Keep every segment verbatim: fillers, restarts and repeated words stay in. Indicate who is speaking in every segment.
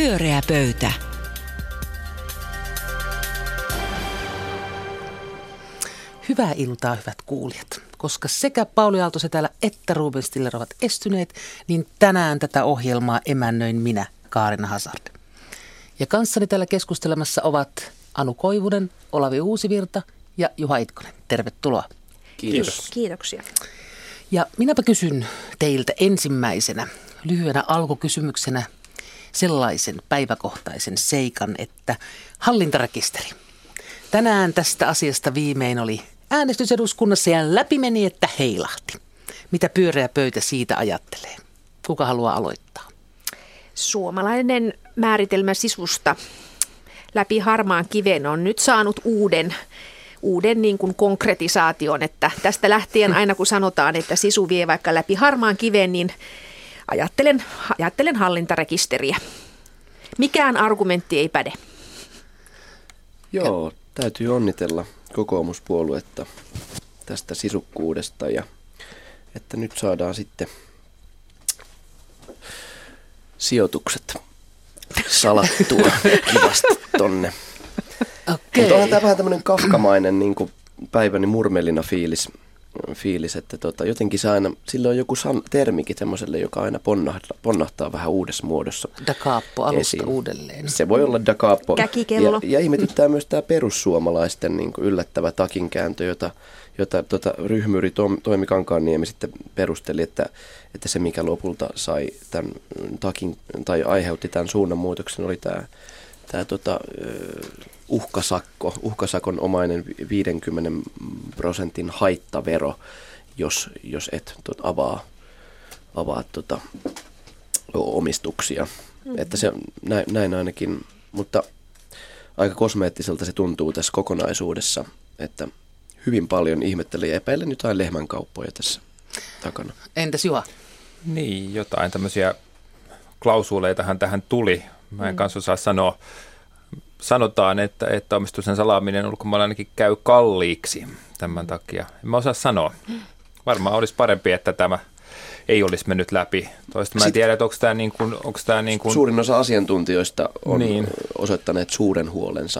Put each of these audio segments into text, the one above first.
Speaker 1: Pyöreä pöytä.
Speaker 2: Hyvää iltaa, hyvät kuulijat. Koska sekä Pauli Aalto-Setälä että Ruben Stiller ovat estyneet, niin tänään tätä ohjelmaa emännöin minä, Kaarina Hazard. Ja kanssani täällä keskustelemassa ovat Anu Koivunen, Olavi Uusivirta ja Juha Itkonen. Tervetuloa.
Speaker 3: Kiitos.
Speaker 4: Kiitoksia.
Speaker 2: Ja minäpä kysyn teiltä ensimmäisenä, lyhyenä alkukysymyksenä sellaisen päiväkohtaisen seikan, että hallintarekisteri. Tänään tästä asiasta viimein oli äänestys eduskunnassa ja läpi meni, että heilahti. Mitä pyöreä pöytä siitä ajattelee? Kuka haluaa aloittaa?
Speaker 4: Suomalainen määritelmä sisusta läpi harmaan kiven on nyt saanut uuden, uuden niin kuin konkretisaation, että tästä lähtien aina kun sanotaan, että sisu vie vaikka läpi harmaan kiven, niin ajattelen, ajattelen hallintarekisteriä. Mikään argumentti ei päde.
Speaker 3: Joo, täytyy onnitella kokoomuspuoluetta tästä sisukkuudesta ja että nyt saadaan sitten sijoitukset salattua kivasti tonne.
Speaker 2: Okay.
Speaker 3: Mutta onhan tämä vähän tämmöinen kafkamainen niin kuin päiväni murmelina fiilis, fiilis että tota, jotenkin se aina, sillä on joku san, termikin semmoiselle, joka aina ponnahtaa, ponnahtaa vähän uudessa muodossa.
Speaker 2: Da capo, alusta
Speaker 3: esiin.
Speaker 2: Uudelleen.
Speaker 3: Se voi olla da capo.
Speaker 4: Käkikello.
Speaker 3: Ja, ja ihmetyttää myös tämä perussuomalaisten niin kuin yllättävä takinkääntö, jota, jota tota, ryhmyri Tom, Toimi Kankaanniemi sitten perusteli, että, että se mikä lopulta sai tämän takin, tai aiheutti tämän suunnanmuutoksen oli tämä, tämä tota, uhkasakko, uhkasakon omainen viidenkymmenen prosentin haittavero, jos, jos et tot, avaa, avaa tota, omistuksia. Mm-hmm. Että se näin, näin ainakin, mutta aika kosmeettiselta se tuntuu tässä kokonaisuudessa, että hyvin paljon ihmetteli ja epäilen jotain lehmänkauppoja tässä takana.
Speaker 2: Entäs Juha?
Speaker 5: Niin, jotain tämmöisiä klausuuleitahan tähän tuli. Mä en mm. kanssa osaa sanoa. Sanotaan, että, että omistuksen salaaminen ulkomailla ainakin käy kalliiksi tämän takia. En mä osaa sanoa. Varmaan olisi parempi, että tämä ei olisi mennyt läpi. Toista mä en tiedä, että onko tämä niin kuin... Onko tämä niin kuin...
Speaker 3: Suurin osa asiantuntijoista on
Speaker 5: niin.
Speaker 3: osoittaneet suuren huolensa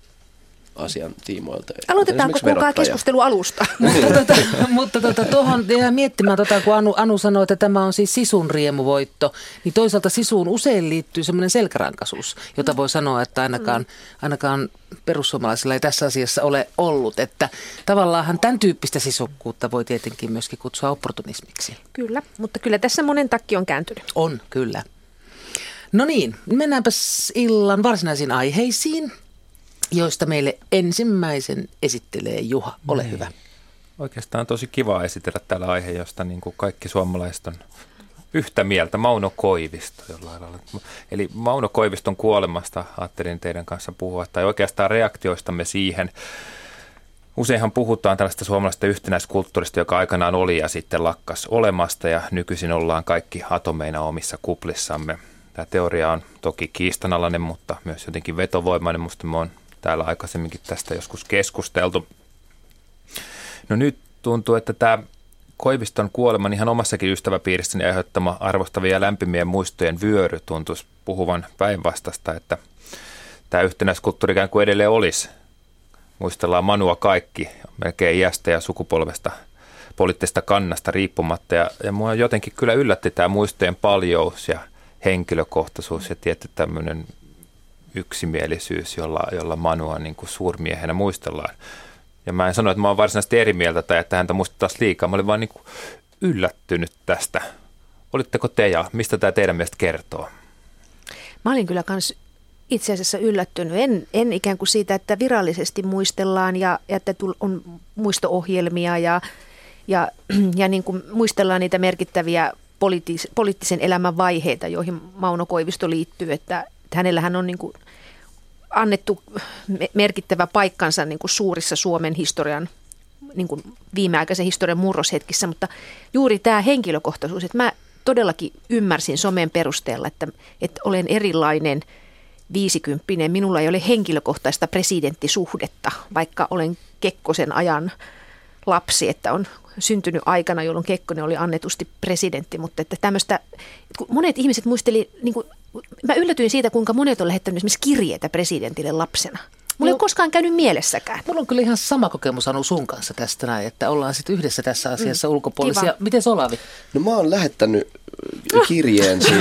Speaker 3: asian tiimoilta.
Speaker 4: Aloitetaanko kuulkaa keskustelu alusta?
Speaker 2: mutta tota, mutta tota, tuohon jää miettimään, tota, kun Anu, Anu sanoi, että tämä on siis sisun riemuvoitto, niin toisaalta sisuun usein liittyy semmoinen selkärankaisuus, jota voi sanoa, että ainakaan, ainakaan perussuomalaisilla ei tässä asiassa ole ollut. Että tavallaan tämän tyyppistä sisukkuutta voi tietenkin myöskin kutsua opportunismiksi.
Speaker 4: Kyllä, mutta kyllä tässä monen takki on kääntynyt.
Speaker 2: On, kyllä. No niin, mennäänpäs illan varsinaisiin aiheisiin, joista meille ensimmäisen esittelee Juha. Ole
Speaker 5: niin.
Speaker 2: hyvä.
Speaker 5: Oikeastaan on tosi kiva esitellä täällä aihe, josta niin kuin kaikki suomalaiset on yhtä mieltä. Mauno Koivisto jollain lailla. Eli Mauno Koiviston kuolemasta ajattelin teidän kanssa puhua, tai oikeastaan reaktioistamme siihen. Useinhan puhutaan tällaista suomalaisesta yhtenäiskulttuurista, joka aikanaan oli ja sitten lakkas olemasta, ja nykyisin ollaan kaikki atomeina omissa kuplissamme. Tämä teoria on toki kiistanalainen, mutta myös jotenkin vetovoimainen. Musta me on täällä aikaisemminkin tästä joskus keskusteltu. No nyt tuntuu, että tämä Koiviston kuoleman ihan omassakin ystäväpiirissäni aiheuttama arvostavia ja lämpimien muistojen vyöry tuntuisi puhuvan päinvastasta, että tämä yhtenäiskulttuuri ikään kuin edelleen olisi. Muistellaan Manua kaikki, melkein iästä ja sukupolvesta, poliittisesta kannasta riippumatta. Ja, ja mua jotenkin kyllä yllätti tämä muistojen paljous ja henkilökohtaisuus ja tietty tämmöinen yksimielisyys, jolla, jolla Manua niin kuin suurmiehenä muistellaan. Ja mä en sano, että mä oon varsinaisesti eri mieltä tai että häntä muistettaisiin liikaa. Mä olin vaan niin kuin yllättynyt tästä. Olitteko te ja mistä tämä teidän mielestä kertoo?
Speaker 4: Mä olin kyllä kans itse asiassa yllättynyt. En, en ikään kuin siitä, että virallisesti muistellaan ja, ja että on muisto-ohjelmia ja, ja, ja niin kuin muistellaan niitä merkittäviä poliittis, poliittisen elämän vaiheita, joihin Mauno Koivisto liittyy, että, että hänellähän on niin kuin annettu merkittävä paikkansa niin kuin suurissa Suomen historian, niin kuin viimeaikaisen historian murroshetkissä, mutta juuri tämä henkilökohtaisuus, että mä todellakin ymmärsin somen perusteella, että, että olen erilainen viisikymppinen, minulla ei ole henkilökohtaista presidenttisuhdetta, vaikka olen Kekkosen ajan lapsi, että on syntynyt aikana, jolloin Kekkonen oli annetusti presidentti, mutta että tämmöistä, että monet ihmiset muisteli niin kuin mä yllätyin siitä, kuinka monet on lähettänyt esimerkiksi kirjeitä presidentille lapsena. Mulla no, ei ole koskaan käynyt mielessäkään.
Speaker 2: Mulla on kyllä ihan sama kokemus Anu sun kanssa tästä näin, että ollaan sitten yhdessä tässä asiassa mm, ulkopuolisia.
Speaker 4: Kiva.
Speaker 2: Miten Olavi?
Speaker 3: No mä oon lähettänyt kirjeen siis.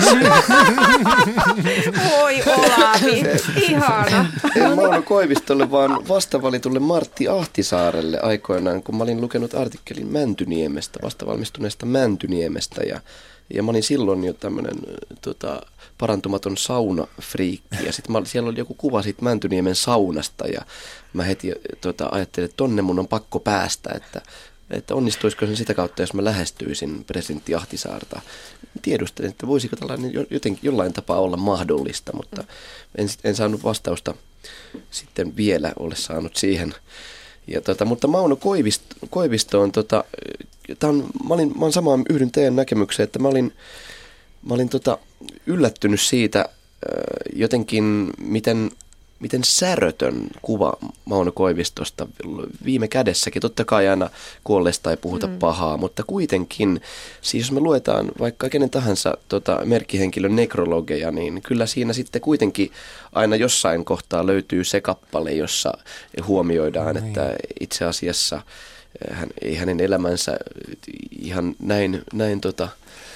Speaker 4: Voi Olavi, ihana.
Speaker 3: En Mauno Koivistolle, vaan vastavalitulle Martti Ahtisaarelle aikoinaan, kun mä olin lukenut artikkelin Mäntyniemestä, vastavalmistuneesta Mäntyniemestä. Ja, ja mä olin silloin jo tämmöinen tota, parantumaton saunafriikki. Ja sitten siellä oli joku kuva siitä Mäntyniemen saunasta ja mä heti tota, ajattelin, että tonne mun on pakko päästä, että että onnistuisiko sen sitä kautta, jos mä lähestyisin presidentti Ahtisaarta. Tiedustelin, että voisiko tällainen jotenkin jollain tapaa olla mahdollista, mutta en, en saanut vastausta sitten vielä ole saanut siihen. Ja tota, mutta Mauno Koivisto, Koivisto on, tota, on, mä olin, mä olin samaan yhdyn teidän näkemykseen, että mä olin, mä olin tota, yllättynyt siitä jotenkin, miten Miten särötön kuva Mauno Koivistosta viime kädessäkin. Totta kai aina kuolleesta ei puhuta mm. pahaa, mutta kuitenkin, siis jos me luetaan vaikka kenen tahansa tota, merkkihenkilön nekrologeja, niin kyllä siinä sitten kuitenkin aina jossain kohtaa löytyy se kappale, jossa huomioidaan, no, että itse asiassa hän, ei hänen elämänsä ihan näin, näin tota,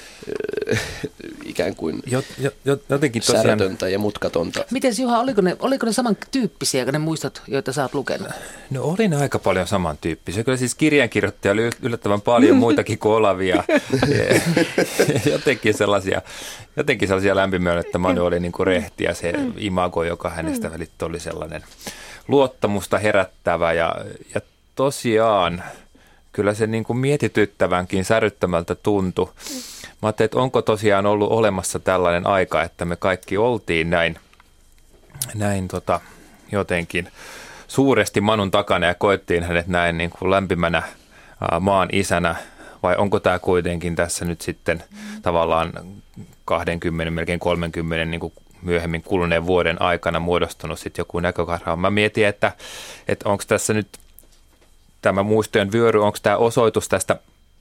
Speaker 3: ikään kuin
Speaker 5: jot, jot, jotenkin tosiaan
Speaker 3: säädötöntä ja mutkatonta.
Speaker 2: Miten Juha, oliko ne, oliko ne samantyyppisiä ne muistot, joita sä oot lukenut?
Speaker 5: No oli ne aika paljon samantyyppisiä. Kyllä siis kirjankirjoittaja oli yllättävän paljon muitakin kuin Olavia. jotenkin sellaisia, jotenkin sellaisia lämpimiä, että Manu oli niin kuin rehti ja se imago, joka hänestä välitti, oli sellainen luottamusta herättävä ja, ja tosiaan kyllä se niin kuin mietityttävänkin säryttämältä tuntui. Mä ajattelin, että onko tosiaan ollut olemassa tällainen aika, että me kaikki oltiin näin, näin tota, jotenkin suuresti Manun takana ja koettiin hänet näin niin kuin lämpimänä ää, maan isänä, vai onko tämä kuitenkin tässä nyt sitten tavallaan kaksikymmentä, melkein kolmekymmentä niin kuin myöhemmin kuluneen vuoden aikana muodostunut sitten joku näkökarha. Mä mietin, että, että onko tässä nyt tämä muistojen vyöry, onko tämä osoitus tästä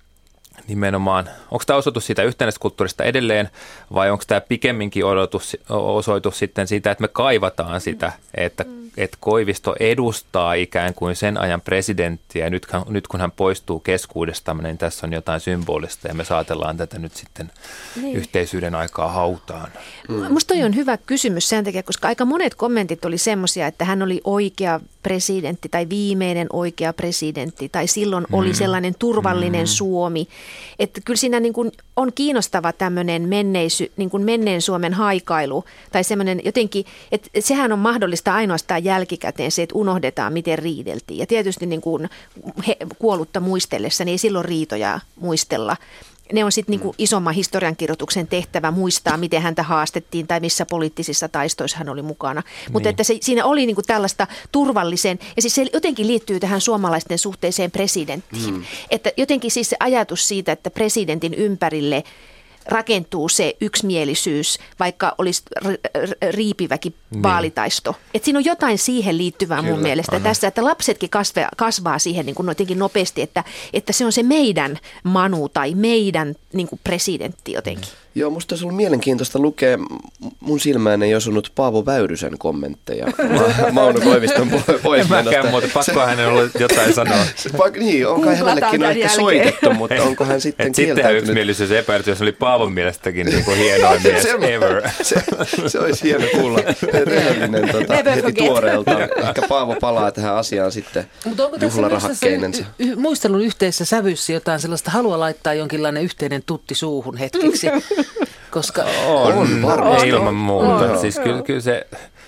Speaker 5: nimenomaan, onko tämä osoitus siitä yhtenäiskulttuurista edelleen vai onko tämä pikemminkin odotus, osoitus sitten siitä, että me kaivataan sitä, että, että Koivisto edustaa ikään kuin sen ajan presidenttiä ja nyt, nyt kun hän poistuu keskuudestamme, niin tässä on jotain symbolista ja me saatellaan tätä nyt sitten niin yhteisyyden aikaa hautaan.
Speaker 4: Mm. Musta toi on hyvä kysymys sen takia, koska aika monet kommentit oli semmoisia, että hän oli oikea presidentti tai viimeinen oikea presidentti tai silloin mm. oli sellainen turvallinen mm. Suomi. Että kyllä siinä niin kuin on kiinnostava tämmöinen menneisy, niin kuin menneen Suomen haikailu tai semmoinen jotenkin, että sehän on mahdollista ainoastaan jälkikäteen se, että unohdetaan miten riideltiin. Ja tietysti niin kuin he, kuollutta muistellessa, niin ei silloin riitoja muistella. Ne on sitten niinku isomman historiankirjoituksen tehtävä muistaa, miten häntä haastettiin tai missä poliittisissa taistoissa hän oli mukana. Niin. Mutta että se, siinä oli niinku tällaista turvallisen, ja siis se jotenkin liittyy tähän suomalaisten suhteeseen presidenttiin. Mm. Että jotenkin siis se ajatus siitä, että presidentin ympärille rakentuu se yksimielisyys, vaikka olisi riipiväkin niin vaalitaisto. Että siinä on jotain siihen liittyvää Kyllä, mun mielestä aha. tässä, että lapsetkin kasvaa, kasvaa siihen niin kuin jotenkin nopeasti, että, että se on se meidän Manu tai meidän niin kuin presidentti jotenkin.
Speaker 3: Joo, musta olisi ollut mielenkiintoista lukea, mun silmään ei osunut Paavo Väyrysen kommentteja Ma- Mauno Koiviston poismenosta.
Speaker 5: En mäkään, mutta pakko hänen ollut jotain sanoa.
Speaker 3: Se, niin, onko hänellekin ehkä soitettu, mutta onko hän sitten
Speaker 5: et
Speaker 3: kieltäytynyt?
Speaker 5: Sittenhän yksimielisyys epäilty, jos oli Paavon mielestäkin niin kuin hienoin mies se, ever.
Speaker 3: Se, se olisi hieno kuulla. Rehellinen tota, heti tuoreelta. Ehkä Paavo palaa tähän asiaan sitten juhlarahakkeinensa.
Speaker 2: Y- muistelun yhteisessä sävyssä jotain sellaista, haluaa laittaa jonkinlainen yhteinen tutti suuhun hetkeksi. Koska
Speaker 5: on, on varmasti ilman muuta. On. Siis kyllä, kyllä se,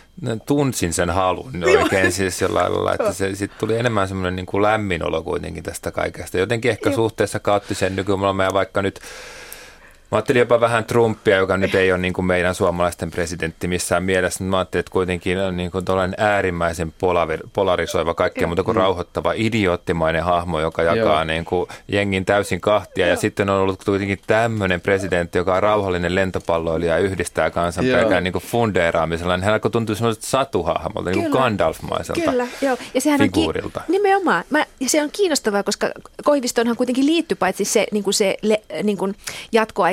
Speaker 5: tunsin sen halun oikein siis jollain lailla, että se sitten tuli enemmän semmoinen niin kuin lämmin olo kuitenkin tästä kaikesta. Jotenkin ehkä suhteessa kaoottisen nykymaailmaan ja vaikka nyt, mä ajattelin jopa vähän Trumpia, joka nyt ei ole niin kuin meidän suomalaisten presidentti missään mielessä. Mä ajattelin, että kuitenkin on niin kuin äärimmäisen polarisoiva, kaikkea muuta kuin rauhoittava, idioottimainen hahmo, joka jakaa niin kuin jengin täysin kahtia. Joo. Ja sitten on ollut kuitenkin tämmöinen presidentti, joka on rauhallinen lentopalloilija ja yhdistää kansan pelkään niin kuin fundeeraamisella. Hän alkoi tuntua semmoiselta satuhahmolta, niin kuin Gandalf-maiselta
Speaker 4: Kyllä, joo. Ja sehän
Speaker 5: figuurilta.
Speaker 4: On ki- nimenomaan. Mä, ja se on kiinnostavaa, koska Koivistoonhan kuitenkin liittyy paitsi se, niin kuin se le, niin kuin jatkoaika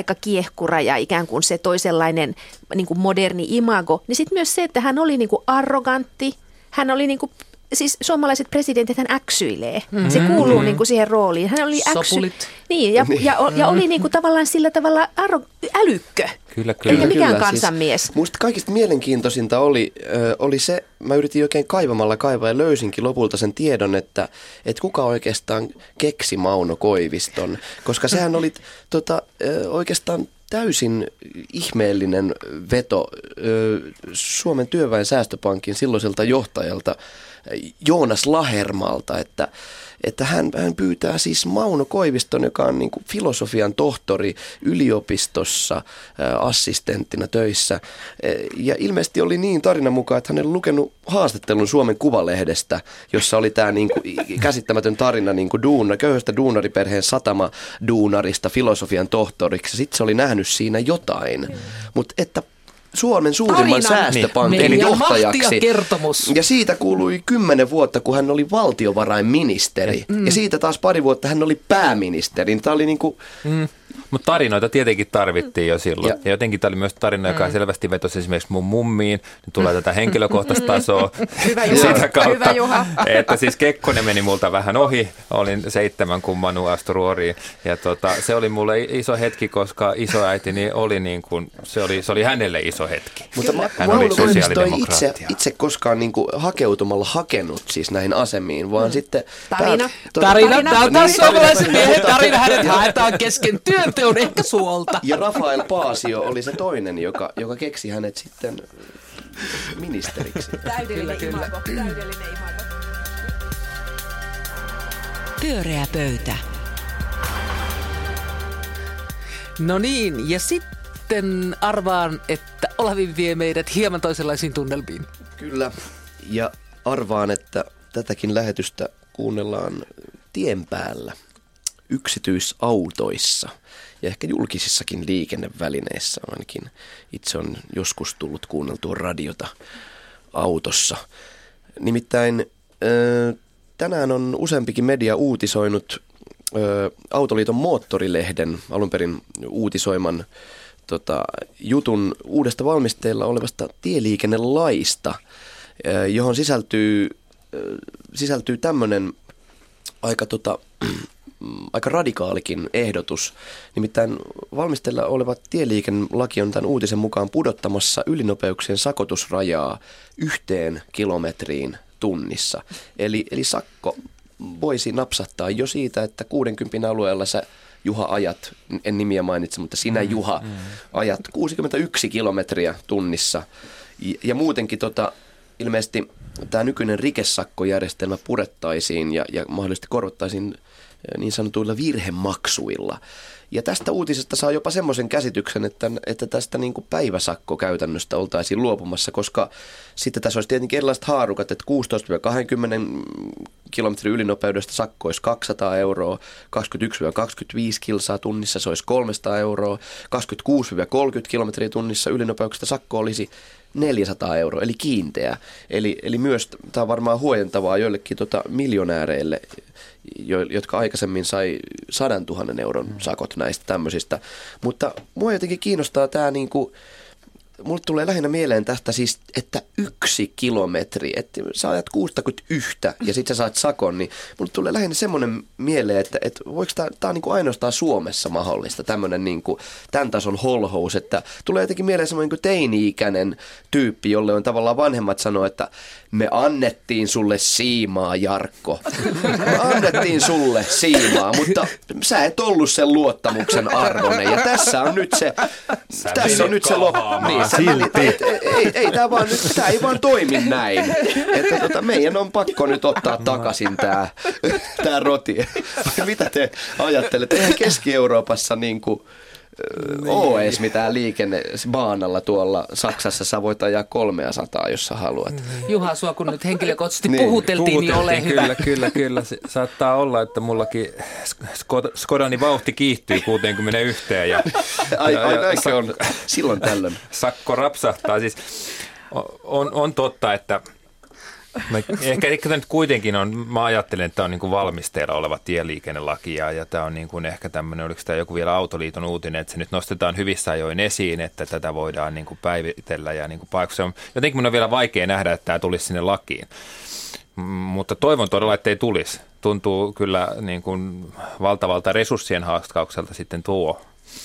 Speaker 4: aika kiehkura ja ikään kuin se toisenlainen niin kuin moderni imago, niin sitten myös se, että hän oli niin kuin arrogantti, hän oli niin kuin, siis suomalaiset presidentit hän äksyilee. Mm-hmm. Se kuuluu mm-hmm. niin kuin siihen rooliin. Hän oli äksy... Niin, ja, ja, ja, ja oli niin kuin tavallaan sillä tavalla arro... älykkö.
Speaker 5: Kyllä, kyllä.
Speaker 4: Eikä mikään
Speaker 3: kyllä,
Speaker 4: kansanmies.
Speaker 3: Siis, musta kaikista mielenkiintoisinta oli, ö, oli se, mä yritin oikein kaivamalla kaivaa ja löysinkin lopulta sen tiedon, että et kuka oikeastaan keksi Mauno Koiviston, koska sehän oli tota, ö, oikeastaan täysin ihmeellinen veto ö, Suomen työväen säästöpankin silloiselta johtajalta Joonas Lahermalta, että, että hän, hän pyytää siis Mauno Koiviston, joka on niin kuin filosofian tohtori yliopistossa ä, assistenttina töissä. Ja ilmeisesti oli niin tarinan mukaan, että hän oli lukenut haastattelun Suomen Kuvalehdestä, jossa oli tämä niin kuin käsittämätön tarina niin kuin duuna, köyhästä duunariperheen satama duunarista filosofian tohtoriksi. Sitten se oli nähnyt siinä jotain, mm. mutta että Suomen suurimman
Speaker 2: Tarinan.
Speaker 3: säästöpankin
Speaker 2: niin.
Speaker 3: johtajaksi.
Speaker 2: Kertomus.
Speaker 3: Ja siitä kuului kymmenen vuotta, kun hän oli valtiovarainministeri. Mm. Ja siitä taas pari vuotta hän oli pääministeri. Tämä oli niin kuin...
Speaker 5: Mm. Mutta tarinoita tietenkin tarvittiin jo silloin. Ja, ja jotenkin tämä oli myös tarina, joka mm. selvästi vetosi esimerkiksi mun mummiin. Nyt tulee tätä henkilökohtaista tasoa.
Speaker 4: Hyvä Juha.
Speaker 5: Sitä kautta,
Speaker 4: Hyvä Juha.
Speaker 5: Että siis Kekkonen meni multa vähän ohi. Olin seitsemän, kun Manu astui ruoriin. Ja tota, se oli mulle iso hetki, koska isoäitini oli niin kuin, se oli, se oli hänelle iso hetki.
Speaker 3: Mutta hän oli sosiaalidemokraatti. Itse, itse koskaan niin kuin hakeutumalla hakenut siis näihin asemiin, vaan mm. sitten...
Speaker 4: Tarina.
Speaker 3: Tää,
Speaker 2: tarina.
Speaker 3: tarina.
Speaker 2: Tämä on taas suomalaisen miehen tarina. Hänet haetaan kesken työnteon ehkä suolta.
Speaker 3: Ja Rafael Paasio oli se toinen, joka, joka keksi hänet sitten ministeriksi.
Speaker 4: Täydellinen kyllä, imago. Kyllä. Täydellinen imago.
Speaker 1: Pyöreä pöytä.
Speaker 2: No niin, ja sitten arvaan, että Olavi vie meidät hieman toisenlaisiin tunnelmiin.
Speaker 3: Kyllä, ja arvaan, että tätäkin lähetystä kuunnellaan tien päällä, yksityisautoissa ja ehkä julkisissakin liikennevälineissä. Ainakin itse on joskus tullut kuunneltua radiota autossa. Nimittäin tänään on useampikin media uutisoinut Autoliiton moottorilehden alun perin uutisoiman tota, jutun uudesta valmisteilla olevasta tieliikennelaista, johon sisältyy, sisältyy tämmöinen aika, tota, aika radikaalikin ehdotus. Nimittäin valmisteilla oleva tieliikennelaki on tämän uutisen mukaan pudottamassa ylinopeuksien sakotusrajaa yhteen kilometriin tunnissa. Eli, eli sakko voisi napsahtaa jo siitä, että kuudenkympin alueella sä, Juha, ajat, en nimiä mainitse, mutta sinä, Juha, ajat kuusikymmentäyksi kilometriä tunnissa. Ja, ja muutenkin tota, ilmeisesti tämä nykyinen rikesakkojärjestelmä purettaisiin ja, ja mahdollisesti korvattaisiin niin sanotuilla virhemaksuilla. Ja tästä uutisesta saa jopa semmoisen käsityksen, että, että tästä niin kuin päiväsakkokäytännöstä oltaisiin luopumassa, koska sitten tässä olisi tietenkin erilaiset haarukat, että kuusitoista kaksikymmentä kilometrin ylinopeudesta sakko olisi kaksisataa euroa, kaksikymmentäyksi kaksikymmentäviisi kilsaa tunnissa se olisi kolmesataa euroa, kaksikymmentäkuusi kolmekymmentä kilometriä tunnissa ylinopeuksesta sakko olisi neljäsataa euroa, eli kiinteä. Eli, eli myös tämä on varmaan huojentavaa joillekin tota miljonääreille, jotka aikaisemmin sai sadantuhannen euron sakot näistä tämmöisistä. Mutta mua jotenkin kiinnostaa tämä niinku, mulle tulee lähinnä mieleen tästä siis, että yksi kilometri, että sä ajat kuusikymmentäyksi ja sit sä saat sakon, niin mulle tulee lähinnä semmoinen mieleen, että, että voiko tämä, tämä on niin kuin ainoastaan Suomessa mahdollista, tämmöinen niin kuin tämän tason holhous, että tulee jotenkin mieleen semmoinen niin kuin teini-ikäinen tyyppi, jolle on tavallaan vanhemmat sanoo, että me annettiin sulle siimaa, Jarkko. Me annettiin sulle siimaa, mutta sä et ollut sen luottamuksen arvoinen. Ja tässä on nyt se, sä tässä on nyt se loppu. Niin, sä melit, et, ei, ei, ei tämä vaan nyt, tämä ei vaan toimi näin. Että tota, meidän on pakko nyt ottaa takaisin tämä, tämä roti. Mitä te ajattelette? Eihän Keski-Euroopassa niin kuin ole edes mitään liikennebaanalla tuolla Saksassa. Sä voit ajaa kolmesataa, jos sä haluat.
Speaker 2: Juha, sua kun nyt henkilökohtaisesti niin, puhuteltiin, niin ole hyvä.
Speaker 5: Kyllä, kyllä, kyllä. Saattaa olla, että mullakin Skodani vauhti kiihtyy kuusikymmentäyksi. Ja,
Speaker 3: ai, ja, ai, ja sak- on silloin tällöin.
Speaker 5: Sakko rapsahtaa. Siis on, on totta, että Mä, ehkä, ehkä nyt kuitenkin on, mä ajattelen, että tämä on niin kuin valmisteilla oleva tieliikennelaki ja, ja tämä on niin kuin ehkä tämmöinen, oliko tämä joku vielä Autoliiton uutinen, että se nyt nostetaan hyvissä ajoin esiin, että tätä voidaan niin kuin päivitellä ja niin kuin paikassa. Jotenkin mun on vielä vaikea nähdä, että tämä tulisi sinne lakiin, M- mutta toivon todella, että ei tulisi. Tuntuu kyllä niin kuin valtavalta resurssien haaskaukselta sitten tuo.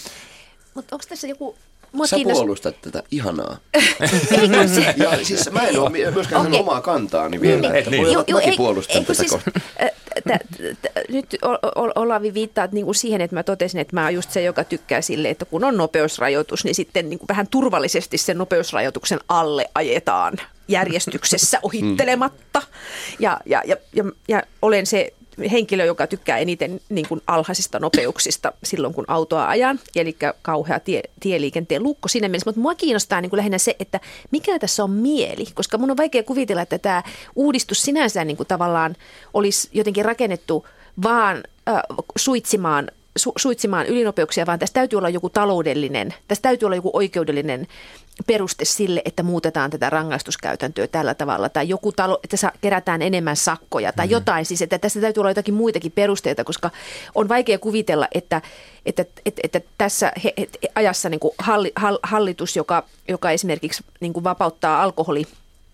Speaker 4: Mutta onko tässä joku... Mua
Speaker 3: Sä
Speaker 4: kiinnost...
Speaker 3: puolustat tätä ihanaa.
Speaker 4: Eikö se?
Speaker 3: Ja siis mä en ole myöskään
Speaker 4: Okei.
Speaker 3: omaa kantaani vielä, että
Speaker 5: Niin.
Speaker 3: voi olla, että
Speaker 4: Joo,
Speaker 3: mäkin
Speaker 4: ei-
Speaker 3: puolustan
Speaker 4: eikö
Speaker 3: tätä
Speaker 4: siis,
Speaker 3: kohtaa.
Speaker 4: äh, tä- tä- Nyt O- O- Olavi viittaat niinku siihen, että mä totesin, että mä oon just se, joka tykkää sille, että kun on nopeusrajoitus, niin sitten niinku vähän turvallisesti sen nopeusrajoituksen alle ajetaan järjestyksessä ohittelematta. Ja, ja, ja, ja, ja olen se henkilö, joka tykkää eniten niin kuin alhaisista nopeuksista silloin, kun autoa ajan, eli kauhea tie, tieliikenteen lukko siinä mielessä. Mutta mua kiinnostaa niin kuin lähinnä se, että mikä tässä on mieli, koska mun on vaikea kuvitella, että tämä uudistus sinänsä niin kuin tavallaan olisi jotenkin rakennettu vaan äh, suitsimaan, su, suitsimaan ylinopeuksia, vaan tässä täytyy olla joku taloudellinen, tässä täytyy olla joku oikeudellinen peruste sille, että muutetaan tätä rangaistuskäytäntöä tällä tavalla, tai joku talo, että sa- kerätään enemmän sakkoja, tai mm-hmm. jotain siis, että tässä täytyy olla jotakin muitakin perusteita, koska on vaikea kuvitella, että, että, että, että tässä he, he, ajassa niin kuin halli, hall, hallitus, joka, joka esimerkiksi niin kuin vapauttaa alkoholi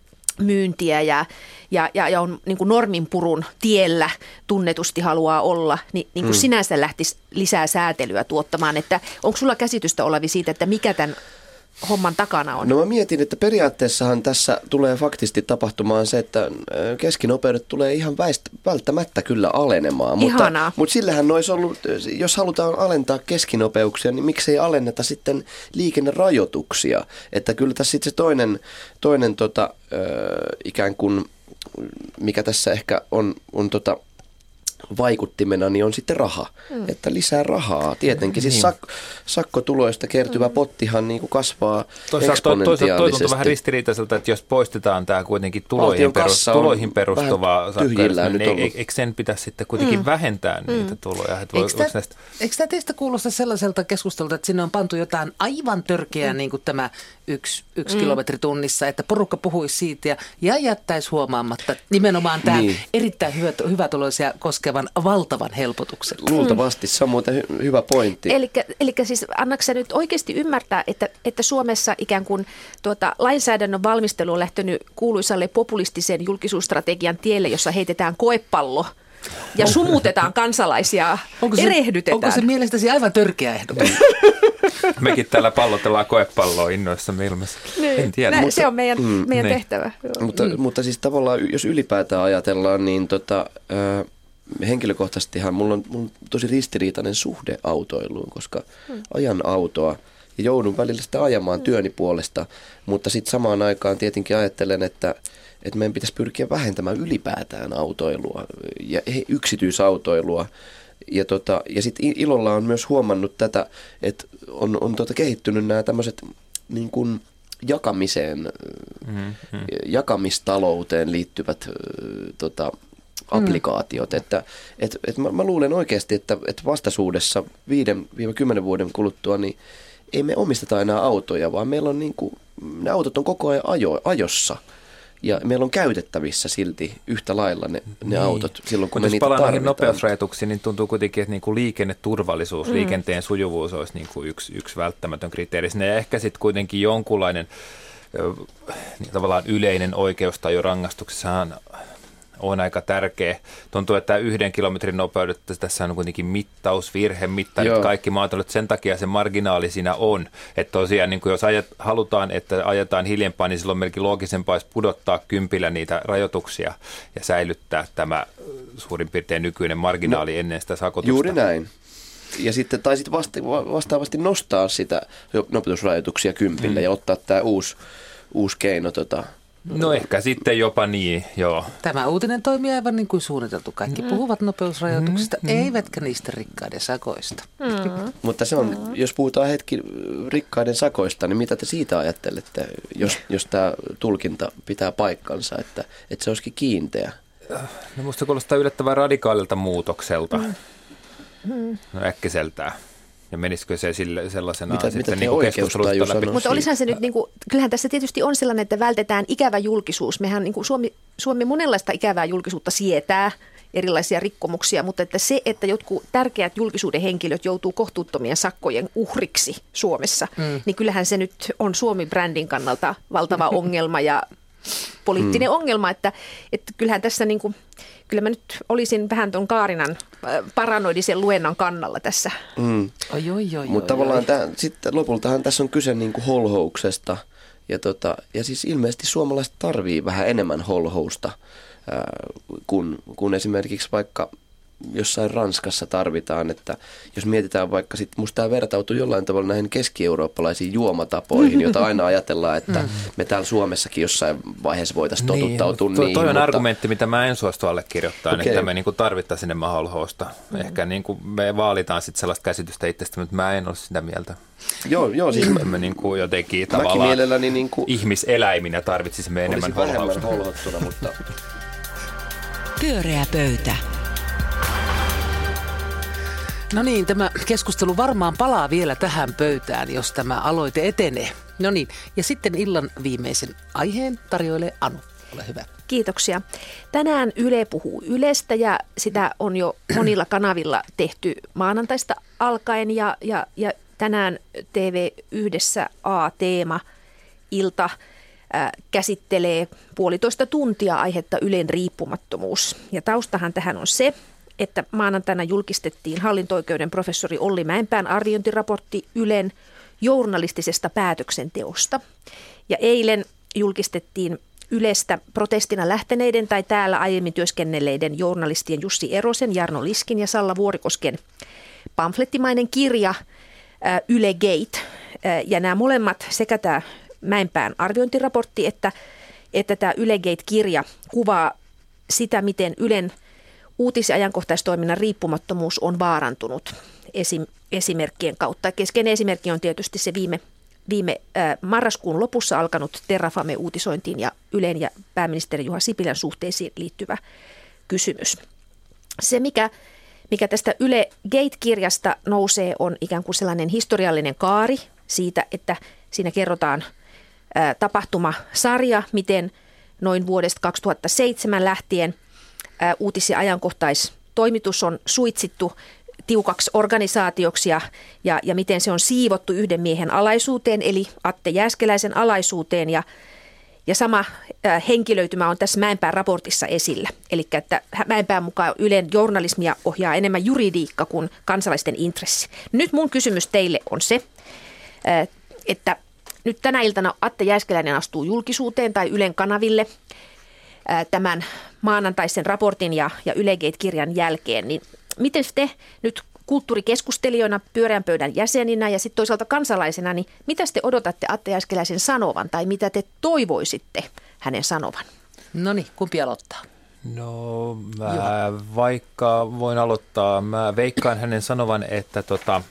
Speaker 4: myyntiä ja, ja, ja, ja on niin kuin norminpurun tiellä tunnetusti haluaa olla, niin, niin kuin mm. sinänsä lähtisi lisää säätelyä tuottamaan. Että onko sulla käsitystä, Olavi, siitä, että mikä tämän homman takana on?
Speaker 3: No mä mietin, että periaatteessahan tässä tulee faktisesti tapahtumaan se, että keskinopeudet tulee ihan väist, välttämättä kyllä alenemaan.
Speaker 4: Ihanaa.
Speaker 3: Mutta, mutta sillähän olisi ollut, jos halutaan alentaa keskinopeuksia, niin miksei alenneta sitten liikennerajoituksia. Että kyllä tässä sitten se toinen, toinen tota, ö, ikään kuin, mikä tässä ehkä on, on tota, vaikuttimena, niin on sitten raha. Mm. Että lisää rahaa. Tietenkin siis sak- sakkotuloista kertyvä mm. pottihan niin kuin kasvaa
Speaker 5: Toisaalta
Speaker 3: eksponentiaalisesti.
Speaker 5: toi tuntuu vähän ristiriitaiselta, että jos poistetaan tämä kuitenkin tuloihin, perus, tuloihin perustuva sakko, niin ei, eikö sen pitäisi sitten kuitenkin mm. vähentää mm. niitä tuloja? Että
Speaker 2: Eikö,
Speaker 5: voi,
Speaker 2: tämä, näistä... eikö tämä teistä kuulosta sellaiselta keskustelulta, että sinne on pantu jotain aivan törkeää, mm. niin kuin tämä yksi, yksi mm. kilometri tunnissa, että porukka puhuisi siitä ja, ja jättäisi huomaamatta nimenomaan tämä niin. erittäin hyvä, hyvätuloisia koskevan valtavan helpotuksen.
Speaker 3: Luultavasti, se on muuten hy- hyvä pointti.
Speaker 4: Eli siis annatko sä nyt oikeasti ymmärtää, että, että Suomessa ikään kuin tuota, lainsäädännön valmistelu on lähtenyt kuuluisalle populistisen julkisuusstrategian tielle, jossa heitetään koepallo ja sumutetaan kansalaisia, onko se, erehdytetään.
Speaker 2: Onko se mielestäsi aivan törkeä ehdotus?
Speaker 5: Mekin täällä pallotellaan koepalloa innoissamme ilmassa.
Speaker 4: Niin.
Speaker 5: En tiedä.
Speaker 4: Nä,
Speaker 5: mutta,
Speaker 4: se on meidän, mm, meidän
Speaker 5: niin.
Speaker 4: tehtävä.
Speaker 3: Mutta, mm. mutta siis tavallaan, jos ylipäätään ajatellaan, niin tota, äh, henkilökohtaisestihan mulla on, mulla on tosi ristiriitainen suhde autoiluun, koska mm. ajan autoa ja joudun välillä sitä ajamaan mm. työni puolesta, mutta sitten samaan aikaan tietenkin ajattelen, että, että meidän pitäisi pyrkiä vähentämään ylipäätään autoilua ja yksityisautoilua. Ja, tota, ja sitten ilolla on myös huomannut tätä, että on, on tota kehittynyt nämä tämmöiset niin kuin jakamiseen, mm-hmm. jakamistalouteen liittyvät tota, applikaatiot. Mm. Että, et, et mä, mä luulen oikeasti, että, että vastaisuudessa viiden kymmenen vuoden kuluttua, niin ei me omisteta enää autoja, vaan meillä on niin kuin, ne autot on koko ajan ajo, ajossa. Ja meillä on käytettävissä silti yhtä lailla ne, ne niin. autot silloin, kun Mut me niitä tarvitaan. Jos palaan nopeusrajoituksiin,
Speaker 5: niin tuntuu kuitenkin, että niinku liikenneturvallisuus, mm. liikenteen sujuvuus olisi niinku yksi, yksi välttämätön kriteeri. Ja ehkä sitten kuitenkin jonkunlainen niin tavallaan yleinen oikeustaju rangaistuksessahan on aika tärkeä. Tuntuu, että yhden kilometrin nopeudet, tässä on kuitenkin mittausvirhe, mittarit, kaikki maataloudet. Sen takia se marginaali siinä on. Että tosiaan, niin jos ajat, halutaan, että ajetaan hiljempaa, niin silloin melkein loogisempaa olisi pudottaa kympillä niitä rajoituksia ja säilyttää tämä suurin piirtein nykyinen marginaali no, ennen sitä sakotusta.
Speaker 3: Juuri näin. Ja sitten, tai sitten vasta, vastaavasti nostaa sitä nopeutusrajoituksia kympillä mm. ja ottaa tämä uusi, uusi keino tota,
Speaker 5: No ehkä sitten jopa niin, joo.
Speaker 2: Tämä uutinen toimii aivan niin kuin suunniteltu. Kaikki mm. puhuvat nopeusrajoituksista, mm. eivätkä niistä rikkaiden sakoista.
Speaker 3: Mm. Mutta se on, mm. jos puhutaan hetki rikkaiden sakoista, niin mitä te siitä ajattelette, jos, jos tämä tulkinta pitää paikkansa, että, että se olisikin kiinteä?
Speaker 5: No musta kuulostaa yllättävän radikaalilta muutokselta, mm. no äkkiseltään. Ja menisikö se sille, sellaisenaan
Speaker 3: mitä,
Speaker 5: sitten
Speaker 3: mitä
Speaker 5: niin keskustelusta läpi?
Speaker 4: Mutta olisihan se nyt, niin kuin, kyllähän tässä tietysti on sellainen, että vältetään ikävä julkisuus. Mehän niin kuin Suomi, Suomi monenlaista ikävää julkisuutta sietää, erilaisia rikkomuksia, mutta että se, että jotkut tärkeät julkisuuden henkilöt joutuu kohtuuttomien sakkojen uhriksi Suomessa, mm. niin kyllähän se nyt on Suomi-brändin kannalta valtava ongelma ja poliittinen mm. ongelma, että, että kyllähän tässä niin kuin, kyllä mä nyt olisin vähän tuon Kaarinan paranoidisen luennon kannalla tässä.
Speaker 3: Mm.
Speaker 2: Oi, oi, oi,
Speaker 3: Mutta tavallaan tämän, sitten lopultahan tässä on kyse niin kuin holhouksesta ja, tota, ja siis ilmeisesti suomalaiset tarvii vähän enemmän holhousta, kun, kun esimerkiksi vaikka jossain Ranskassa tarvitaan, että jos mietitään vaikka sitten, musta tämä vertautuu jollain tavalla näihin keski-eurooppalaisiin juomatapoihin, jota aina ajatellaan, että me täällä Suomessakin jossain vaiheessa voitaisiin totuttautua
Speaker 5: niin. Toi,
Speaker 3: niihin.
Speaker 5: toi on
Speaker 3: mutta
Speaker 5: argumentti, mitä mä en suostu allekirjoittaa,
Speaker 3: okay.
Speaker 5: että me niinku tarvittaisiin enemmän holhousta. Mm. Ehkä niinku me vaalitaan sitten sellaista käsitystä itsestä, mutta mä en ole sitä mieltä.
Speaker 3: Joo, joo siis
Speaker 5: me niinku jotenkin tavallaan
Speaker 3: niinku
Speaker 5: ihmiseläiminä tarvitsisimme enemmän holhousta.
Speaker 3: holhottuna, mutta
Speaker 1: Pyöreä pöytä.
Speaker 2: No niin, tämä keskustelu varmaan palaa vielä tähän pöytään, jos tämä aloite etenee. No niin, ja sitten illan viimeisen aiheen tarjoilee Anu. Ole hyvä.
Speaker 4: Kiitoksia. Tänään Yle puhuu Ylestä ja sitä on jo monilla kanavilla tehty maanantaista alkaen ja, ja, ja tänään T V yhdessä A-teema ilta äh, käsittelee puolitoista tuntia aihetta Ylen riippumattomuus. Ja taustahan tähän on se, että maanantaina julkistettiin hallinto-oikeuden professori Olli Mäenpään arviointiraportti Ylen journalistisesta päätöksenteosta. Ja eilen julkistettiin Ylestä protestina lähteneiden tai täällä aiemmin työskennelleiden journalistien Jussi Erosen, Jarno Liskin ja Salla Vuorikosken pamflettimainen kirja Yle Gate. Ja nämä molemmat, sekä tämä Mäenpään arviointiraportti että, että tämä Yle Gate-kirja kuvaa sitä, miten Ylen uutis- ja ajankohtaistoiminnan riippumattomuus on vaarantunut esim, esimerkkien kautta. Keskeinen esimerkki on tietysti se viime, viime äh, marraskuun lopussa alkanut Terrafame-uutisointiin ja Ylen ja pääministeri Juha Sipilän suhteisiin liittyvä kysymys. Se, mikä, mikä tästä Yle Gate-kirjasta nousee, on ikään kuin sellainen historiallinen kaari siitä, että siinä kerrotaan äh, tapahtumasarja, miten noin vuodesta kaksituhattaseitsemän lähtien uutis- ja ajankohtaistoimitus on suitsittu tiukaksi organisaatioksi ja, ja, ja miten se on siivottu yhden miehen alaisuuteen, eli Atte Jääskeläisen alaisuuteen. Ja, ja sama äh, henkilöitymä on tässä Mäenpään raportissa esillä. Eli että Mäenpään mukaan Ylen journalismia ohjaa enemmän juridiikka kuin kansalaisten intressi. Nyt mun kysymys teille on se, äh, että nyt tänä iltana Atte Jääskeläinen astuu julkisuuteen tai Ylen kanaville tämän maanantaisen raportin ja, ja Yle Gate-kirjan jälkeen, niin miten te nyt kulttuurikeskustelijoina, pyöreän pöydän jäseninä ja sitten toisaalta kansalaisena, niin mitä te odotatte Atte Jääskeläisen sanovan tai mitä te toivoisitte hänen sanovan?
Speaker 2: No niin, kumpi aloittaa?
Speaker 5: No mä Juha. Vaikka voin aloittaa, mä veikkaan hänen sanovan, että tota,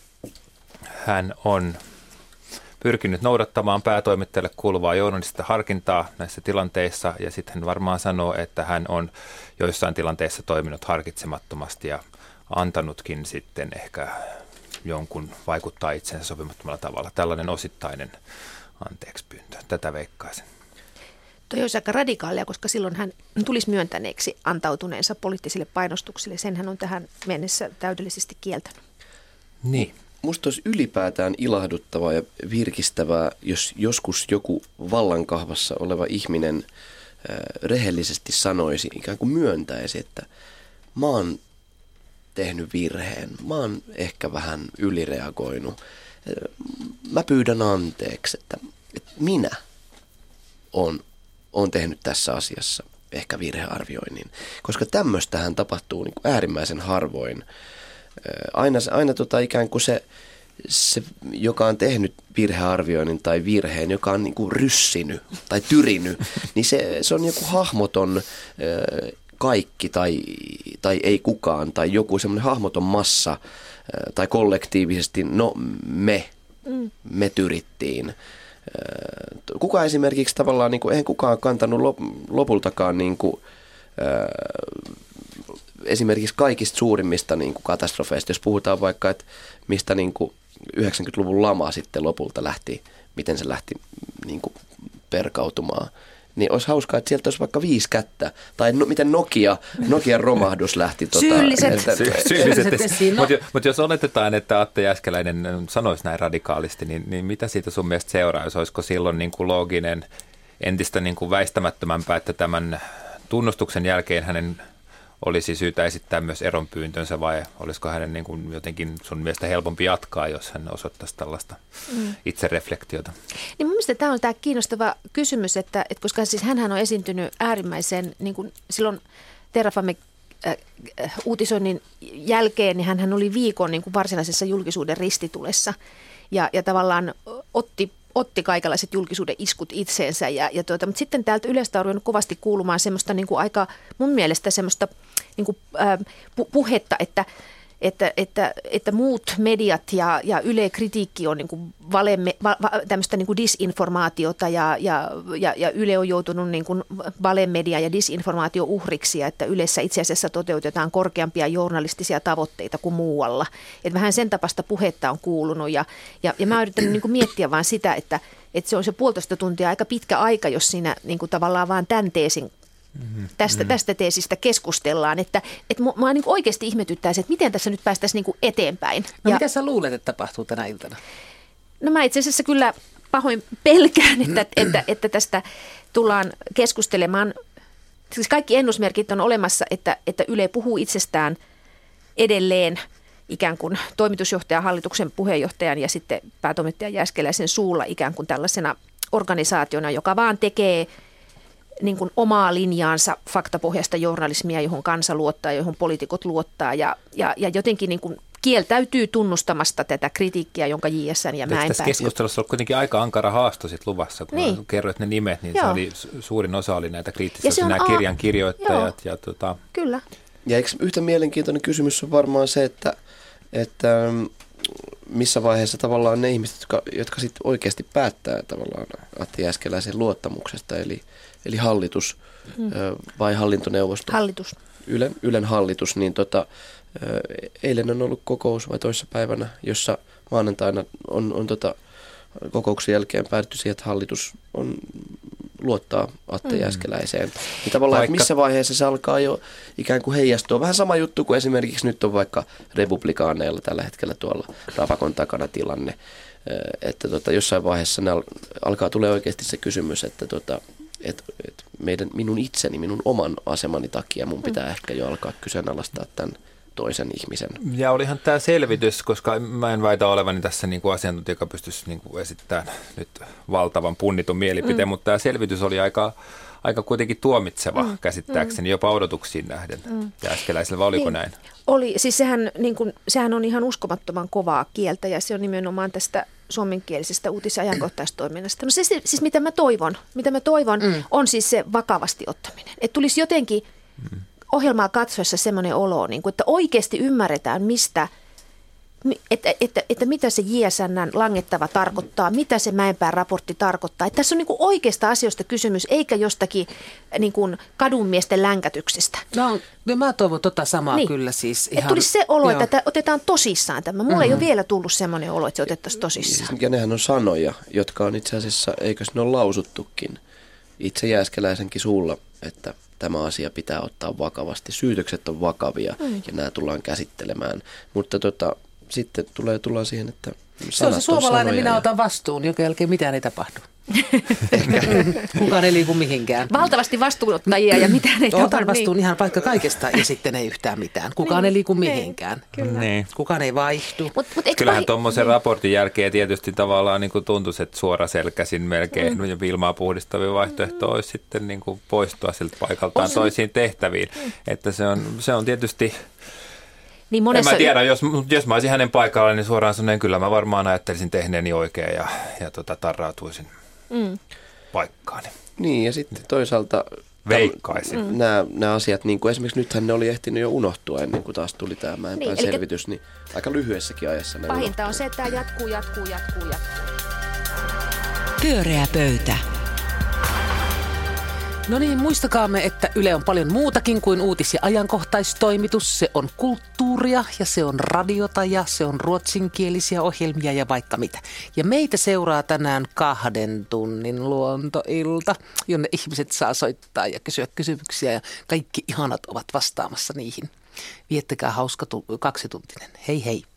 Speaker 5: hän on pyrkinyt noudattamaan päätoimittajalle kuuluvaa journalistista harkintaa näissä tilanteissa ja sitten hän varmaan sanoo, että hän on joissain tilanteissa toiminut harkitsemattomasti ja antanutkin sitten ehkä jonkun vaikuttaa itsensä sopimattomalla tavalla. Tällainen osittainen anteeksipyyntö. Tätä veikkaisin.
Speaker 4: Toi olisi aika radikaalia, koska silloin hän tulisi myöntäneeksi antautuneensa poliittisille painostuksille. Sen hän on tähän mennessä täydellisesti kieltänyt.
Speaker 5: Niin.
Speaker 3: Musta olisi ylipäätään ilahduttavaa ja virkistävää, jos joskus joku vallankahvassa oleva ihminen äh, rehellisesti sanoisi, ikään kuin myöntäisi, että mä oon tehnyt virheen, mä oon ehkä vähän ylireagoinut, mä pyydän anteeksi, että, että minä oon, oon tehnyt tässä asiassa ehkä virhearvioinnin, koska tämmöistähän tapahtuu niin kuin äärimmäisen harvoin. Aina, aina tota ikään kuin se, se, joka on tehnyt virhearvioinnin tai virheen, joka on niin kuin ryssinyt tai tyrinyt, niin se, se on joku hahmoton kaikki tai, tai ei kukaan tai joku semmoinen hahmoton massa tai kollektiivisesti, no me, mm. me tyrittiin. Kuka esimerkiksi tavallaan, niin kuin, eihän kukaan kantanut lopultakaan niin kuin, esimerkiksi kaikista suurimmista niin kuin katastrofeista, jos puhutaan vaikka, että mistä niin kuin yhdeksänkymmentäluvun lama sitten lopulta lähti, miten se lähti niin kuin perkautumaan, niin olisi hauskaa, että sieltä olisi vaikka viisi kättä. Tai no, miten Nokia, Nokian romahdus lähti. Tuota,
Speaker 4: Syylliset.
Speaker 3: Että,
Speaker 5: Sy- syylliset. Mutta mut jos oletetaan, että Atte Jääskeläinen sanoisi näin radikaalisti, niin, niin mitä siitä sun mielestä seuraisi? Olisiko silloin niin kuin looginen, entistä niin kuin väistämättömämpää, että tämän tunnustuksen jälkeen hänen olisi syytä esittää myös eronpyyntönsä, vai olisiko hänen niin kuin jotenkin sun mielestä helpompi jatkaa, jos hän osoittaisi tällaista mm. itsereflektiota? Niin
Speaker 4: mun mielestä tämä on tämä kiinnostava kysymys, että, että koska siis hänhän on esiintynyt äärimmäisen, niin kuin silloin Terrafame äh, äh, uutisoinnin jälkeen, niin hänhän oli viikon niin kuin varsinaisessa julkisuuden ristitulessa ja, ja tavallaan otti otti kaikenlaiset julkisuuden iskut itseensä. Ja, ja tuota, mutta sitten täältä Ylestä on ruvennut kovasti kuulumaan semmoista niin kuin aika, mun mielestä semmoista niin kuin, äh, pu- puhetta, että, että, että, että muut mediat ja, ja Yle kritiikki on niin kuin valemme, va, va, tämmöistä niin kuin disinformaatiota ja, ja, ja, ja Yle on joutunut niin kuin valemedia ja disinformaatio uhriksi ja että Ylessä itse asiassa toteutetaan korkeampia journalistisia tavoitteita kuin muualla. Että vähän sen tapasta puhetta on kuulunut ja, ja, ja mä oon yrittänyt niin kuin miettiä vaan sitä, että, että se on se puolitoista tuntia aika pitkä aika, jos siinä niin kuin tavallaan vaan tämän teesin Tästä, tästä teesistä keskustellaan, että, että mua niin oikeasti ihmetyttäisi, että miten tässä nyt päästäisiin niin eteenpäin.
Speaker 2: No
Speaker 4: ja,
Speaker 2: mitä sä luulet, että tapahtuu tänä iltana?
Speaker 4: No mä itse asiassa kyllä pahoin pelkään, että, että, että tästä tullaan keskustelemaan. Siis kaikki ennusmerkit on olemassa, että, että Yle puhuu itsestään edelleen ikään kuin toimitusjohtajan, hallituksen puheenjohtajan ja sitten päätoimittajan Jääskeläisen suulla ikään kuin tällaisena organisaationa, joka vaan tekee niin kuin omaa linjaansa faktapohjaista journalismia, johon kansa luottaa, johon poliitikot luottaa ja, ja, ja jotenkin niin kuin kieltäytyy tunnustamasta tätä kritiikkiä, jonka J S N ja Mäenpää.
Speaker 5: Tässä keskustelussa on kuitenkin aika ankara haasto sit luvassa, kun niin. kerroit ne nimet, niin se oli, suurin osa oli näitä kriittisiä, nämä a- kirjan kirjoittajat. Ja, tota...
Speaker 4: Kyllä.
Speaker 3: Ja eikö yhtä mielenkiintoinen kysymys on varmaan se, että, että missä vaiheessa tavallaan ne ihmiset, jotka, jotka sit oikeasti päättää tavallaan Atte Jääskeläisen luottamuksesta, eli Eli hallitus hmm. vai hallintoneuvosto?
Speaker 4: Hallitus.
Speaker 3: Ylen, Ylen hallitus, niin tota, eilen on ollut kokous vai toissapäivänä, jossa maanantaina on, on tota, kokouksen jälkeen päädytty siihen, että hallitus on, luottaa Atte hmm. Jääskeläiseen. Niin tavallaan, vaikka... missä vaiheessa se alkaa jo ikään kuin heijastua. Vähän sama juttu kuin esimerkiksi nyt on vaikka republikaaneilla tällä hetkellä tuolla Rapakon takana tilanne. Että tota, jossain vaiheessa ne al- alkaa tulee oikeasti se kysymys, että tota, että et meidän, minun itseni, minun oman asemani takia mun pitää mm. ehkä jo alkaa kyseenalaistaa tämän toisen ihmisen.
Speaker 5: Ja olihan tämä selvitys, koska mä en väitä olevani tässä niin kuin asiantuntija, joka pystyisi niin kuin esittämään nyt valtavan punnitun mielipiteen, mm. mutta tämä selvitys oli aika, aika kuitenkin tuomitseva mm. käsittääkseni, jopa odotuksiin nähden. Mm. Jääskeläisellä, vai oliko niin. näin?
Speaker 4: Oli, siis sehän, niin kuin, sehän on ihan uskomattoman kovaa kieltä ja se on nimenomaan tästä suomenkielisestä uutis- ja ajankohtaistoiminnasta. No se siis mitä mä toivon, mitä mä toivon mm. on siis se vakavasti ottaminen. Että tulisi jotenkin mm. ohjelmaa katsoessa semmoinen olo, niin kuin, että oikeasti ymmärretään, mistä, että, että, että mitä se J S N:n langettava tarkoittaa, mitä se Mäenpään raportti tarkoittaa. Että tässä on niin kuin oikeasta asioista kysymys, eikä jostakin niin kuin kadunmiesten länkätyksestä.
Speaker 2: No, no mä toivon tota samaa niin. kyllä siis.
Speaker 4: Ihan, että tulisi se olo, joo. että otetaan tosissaan tämä. Mulla mm-hmm. ei ole vielä tullut semmoinen olo, että se otettaisiin tosissaan.
Speaker 3: Ja nehän on sanoja, jotka on itse asiassa, eikös ne ole lausuttukin itse Jääskeläisenkin suulla, että tämä asia pitää ottaa vakavasti. Syytökset on vakavia mm. ja nämä tullaan käsittelemään. Mutta tota, sitten tulee tullaan siihen, että
Speaker 2: se on se suomalainen, minä ja... otan vastuun, joka jälkeen mitään ei tapahdu. Kukaan ei liiku mihinkään.
Speaker 4: Valtavasti vastuunottajia ja mitään ei tapahdu.
Speaker 2: Otan vastuun niin. ihan vaikka kaikesta ja sitten ei yhtään mitään. Kukaan niin. ei liiku mihinkään.
Speaker 5: Niin.
Speaker 2: Kukaan ei vaihdu.
Speaker 5: Mut, mut Kyllähän pahi... tuommoisen niin. raportin jälkeen tietysti tavallaan niin kuin tuntuisi, että suoraselkäisin melkein mm. ilmaa puhdistavia vaihtoehtoja olisi sitten niin kuin poistua siltä paikaltaan Osin. toisiin tehtäviin. Mm. Että se on, se on tietysti... Niin monessa... En mä tiedä, jos, jos mä olisin hänen paikallaan, niin suoraan sanoen kyllä mä varmaan ajattelisin tehneeni oikein ja, ja tota, tarrautuisin mm. paikkaani.
Speaker 3: Niin ja sitten toisaalta
Speaker 5: veikkaisin.
Speaker 3: Mm. Nämä, nämä asiat, niin kuin esimerkiksi nythän ne oli ehtinyt jo unohtua ennen kuin taas tuli tämä Mäenpään niin, selvitys, niin aika lyhyessäkin ajassa ne
Speaker 4: pahinta
Speaker 3: unohtuu.
Speaker 4: On se, että tämä jatkuu, jatkuu, jatkuu, jatkuu.
Speaker 1: Pyöreä pöytä.
Speaker 2: No niin, muistakaamme, että Yle on paljon muutakin kuin uutis- ja ajankohtaistoimitus. Se on kulttuuria ja se on radiota ja se on ruotsinkielisiä ohjelmia ja vaikka mitä. Ja meitä seuraa tänään kahden tunnin luontoilta, jonne ihmiset saa soittaa ja kysyä kysymyksiä ja kaikki ihanat ovat vastaamassa niihin. Viettäkää hauska tu- kaksituntinen. Hei hei.